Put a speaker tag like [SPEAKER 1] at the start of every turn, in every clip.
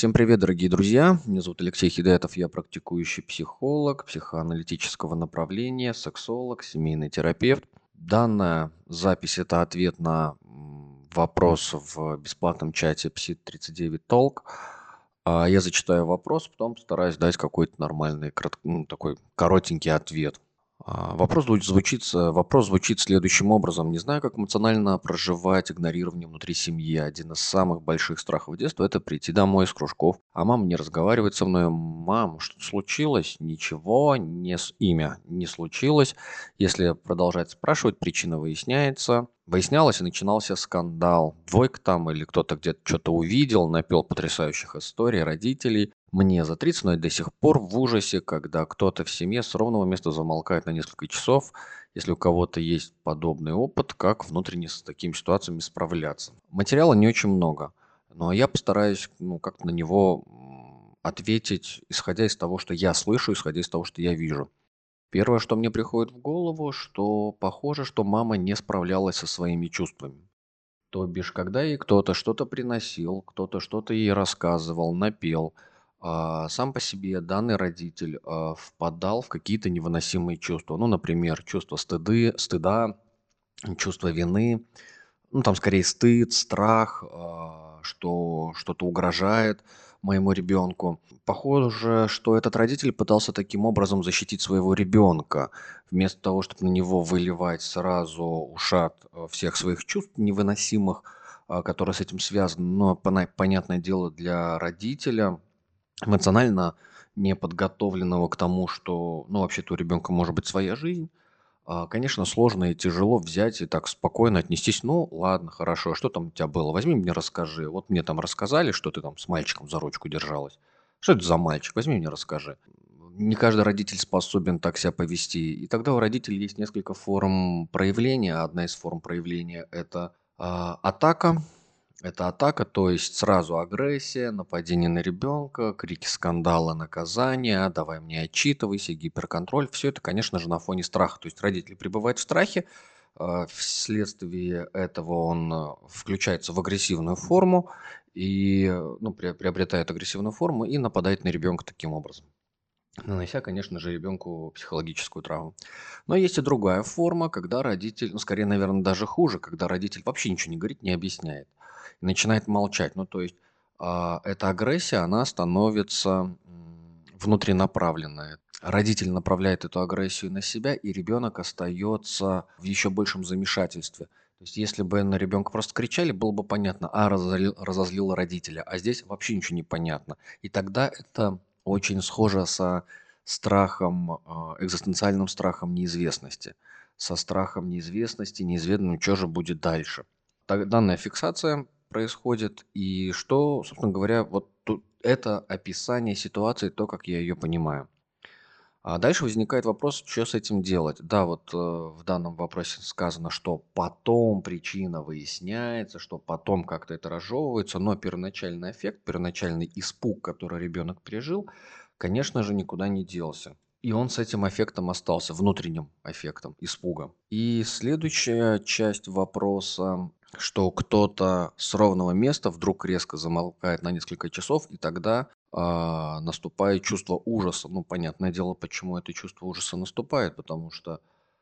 [SPEAKER 1] Всем привет, дорогие друзья. Меня зовут Алексей Хидаятов, я практикующий психолог психоаналитического направления, сексолог, семейный терапевт. Данная запись– это ответ на вопрос в бесплатном чате Psi39 Talk. Я зачитаю вопрос, потом постараюсь дать какой-то нормальный, такой коротенький ответ. Вопрос звучит следующим образом. Не знаю, как эмоционально проживать игнорирование внутри семьи. Один из самых больших страхов детства– это прийти домой из кружков, а мама не разговаривает со мной. Мам, что случилось? Ничего, имя не случилось. Если продолжать спрашивать, причина выясняется. Выяснялось и начинался скандал. Двойка там или кто-то где-то что-то увидел, напел потрясающих историй родителей. Мне за 30, но я до сих пор в ужасе, когда кто-то в семье с ровного места замолкает на несколько часов. Если у кого-то есть подобный опыт, как внутренне с такими ситуациями справляться. Материала не очень много, но я постараюсь как-то на него ответить, исходя из того, что я слышу, исходя из того, что я вижу. Первое, что мне приходит в голову, что похоже, что мама не справлялась со своими чувствами. То бишь, когда ей кто-то что-то приносил, кто-то что-то ей рассказывал, напел, сам по себе данный родитель впадал в какие-то невыносимые чувства. Ну, например, чувство стыда, чувство вины, ну, там скорее стыд, страх, что что-то угрожает моему ребенку. Похоже, что этот родитель пытался таким образом защитить своего ребенка. Вместо того, чтобы на него выливать сразу ушат всех своих чувств невыносимых, которые с этим связаны. Но, понятное дело, для родителя эмоционально неподготовленного к тому, что, ну, вообще-то у ребенка может быть своя жизнь. Конечно, сложно и тяжело взять и так спокойно отнестись. Ну, ладно, хорошо, а что там у тебя было? Возьми мне расскажи. Вот мне там рассказали, что ты там с мальчиком за ручку держалась. Что это за мальчик? Возьми мне расскажи. Не каждый родитель способен так себя повести. И тогда у родителей есть несколько форм проявления. Одна из форм проявления– атака. Это атака, то есть сразу агрессия, нападение на ребенка, крики скандала, наказания, давай мне отчитывайся, гиперконтроль. Все это, конечно же, на фоне страха. То есть родитель пребывает в страхе, вследствие этого он включается в агрессивную форму и приобретает агрессивную форму и нападает на ребенка таким образом, нанося, конечно же, ребенку психологическую травму. Но есть и другая форма, когда родитель, ну, скорее, наверное, даже хуже, когда родитель вообще ничего не говорит, не объясняет, и начинает молчать. Ну, то есть эта агрессия, она становится внутринаправленная. Родитель направляет эту агрессию на себя, и ребенок остается в еще большем замешательстве. То есть, если бы на ребенка просто кричали, было бы понятно, разозлил родителя, а здесь вообще ничего не понятно. И тогда это очень схоже со страхом, экзистенциальным страхом неизвестности. Со страхом неизвестности, неизведанным, что же будет дальше. Данная фиксация происходит, и что, собственно говоря, вот тут это описание ситуации, то, как я ее понимаю. А дальше возникает вопрос, что с этим делать. Да, вот в данном вопросе сказано, что потом причина выясняется, что потом как-то это разжевывается, но первоначальный эффект, первоначальный испуг, который ребенок пережил, конечно же, никуда не делся. И он с этим эффектом остался, внутренним эффектом, испуга. И следующая часть вопроса, что кто-то с ровного места вдруг резко замолкает на несколько часов, и тогда наступает чувство ужаса. Ну, понятное дело, почему это чувство ужаса наступает, потому что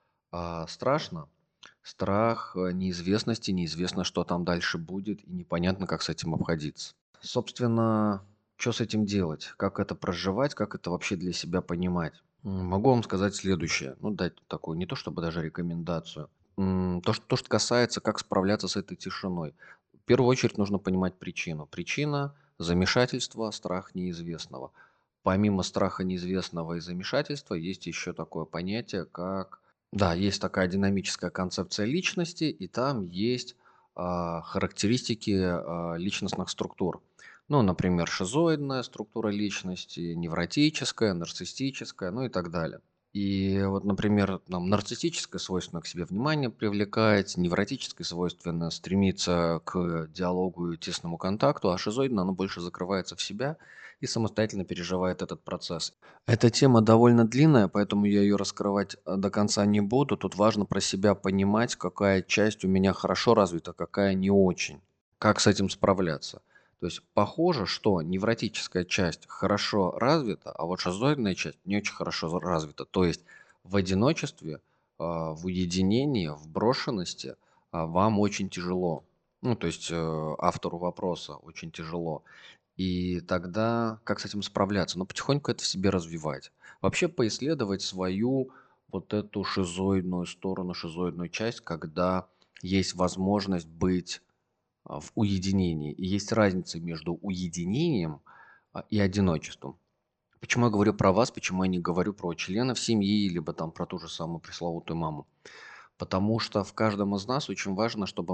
[SPEAKER 1] страшно. Страх неизвестности, неизвестно, что там дальше будет, и непонятно, как с этим обходиться. Собственно, что с этим делать? Как это проживать? Как это вообще для себя понимать? Могу вам сказать следующее. Ну, дать такую, не то чтобы даже рекомендацию. То, что касается, как справляться с этой тишиной. В первую очередь нужно понимать причину. Причина– замешательство, страх неизвестного. Помимо страха неизвестного и замешательства, есть еще такое понятие, как... Да, есть такая динамическая концепция личности, и там есть характеристики личностных структур. Ну, например, шизоидная структура личности, невротическая, нарциссическая, ну и так далее. И вот, например, нам нарциссическое свойственно к себе внимание привлекать, невротическое свойственно стремиться к диалогу и тесному контакту, а шизоидное оно больше закрывается в себя и самостоятельно переживает этот процесс. Эта тема довольно длинная, поэтому я ее раскрывать до конца не буду. Тут важно про себя понимать, какая часть у меня хорошо развита, какая не очень. Как с этим справляться? То есть похоже, что невротическая часть хорошо развита, а вот шизоидная часть не очень хорошо развита. То есть в одиночестве, в уединении, в брошенности вам очень тяжело. Ну, то есть автору вопроса очень тяжело. И тогда как с этим справляться? Ну, потихоньку это в себе развивать. Вообще поисследовать свою вот эту шизоидную сторону, шизоидную часть, когда есть возможность быть в уединении. И есть разница между уединением и одиночеством. Почему я говорю про вас, почему я не говорю про членов семьи, либо там про ту же самую пресловутую маму? Потому что в каждом из нас очень важно, чтобы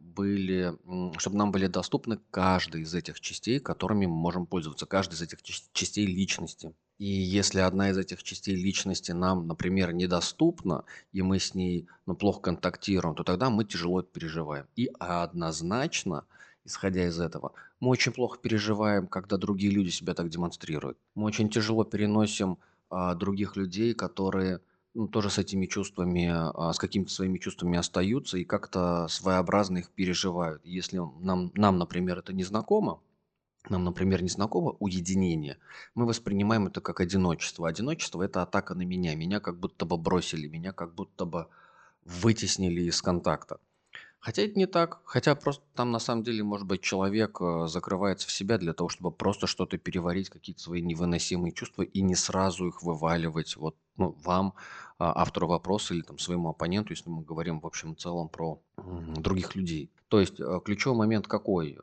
[SPEAKER 1] чтобы нам были доступны каждая из этих частей, которыми мы можем пользоваться, каждая из этих частей личности. И если одна из этих частей личности нам, например, недоступна, и мы с ней, ну, плохо контактируем, то тогда мы тяжело это переживаем. И однозначно, исходя из этого, мы очень плохо переживаем, когда другие люди себя так демонстрируют. Мы очень тяжело переносим других людей, которые тоже с этими чувствами, с какими-то своими чувствами остаются и как-то своеобразно их переживают. Если нам, например, это не знакомо, нам, например, не знакомо уединение, мы воспринимаем это как одиночество. Одиночество – это атака на меня. Меня как будто бы бросили, меня как будто бы вытеснили из контакта. Хотя это не так. Хотя просто там на самом деле, может быть, человек закрывается в себя для того, чтобы просто что-то переварить, какие-то свои невыносимые чувства и не сразу их вываливать вот, ну, вам, автору вопроса или там своему оппоненту, если мы говорим в общем и целом про других людей. То есть ключевой момент какой?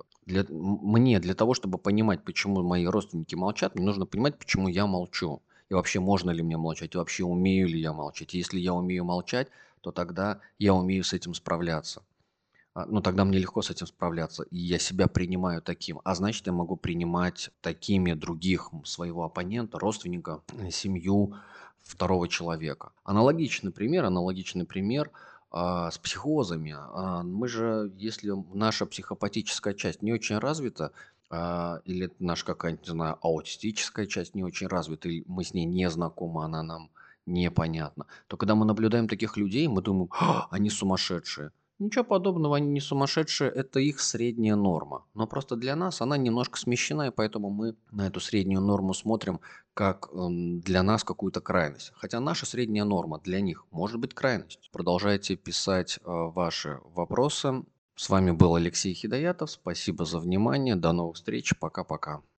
[SPEAKER 1] Мне для того, чтобы понимать, почему мои родственники молчат, мне нужно понимать, почему я молчу. И вообще, можно ли мне молчать, и вообще умею ли я молчать. И если я умею молчать, то тогда я умею с этим справляться. Ну, тогда мне легко с этим справляться, и я себя принимаю таким. А значит, я могу принимать такими других, своего оппонента, родственника, семью второго человека. Аналогичный пример с психозами. Мы же, если наша психопатическая часть не очень развита, или наша какая-нибудь, не знаю, аутистическая часть не очень развита, или мы с ней не знакомы, она нам непонятна, то когда мы наблюдаем таких людей, мы думаем: они сумасшедшие. Ничего подобного, они не сумасшедшие, это их средняя норма. Но просто для нас она немножко смещена, и поэтому мы на эту среднюю норму смотрим как для нас какую-то крайность. Хотя наша средняя норма для них может быть крайность. Продолжайте писать ваши вопросы. С вами был Алексей Хидоятов. Спасибо за внимание. До новых встреч. Пока-пока.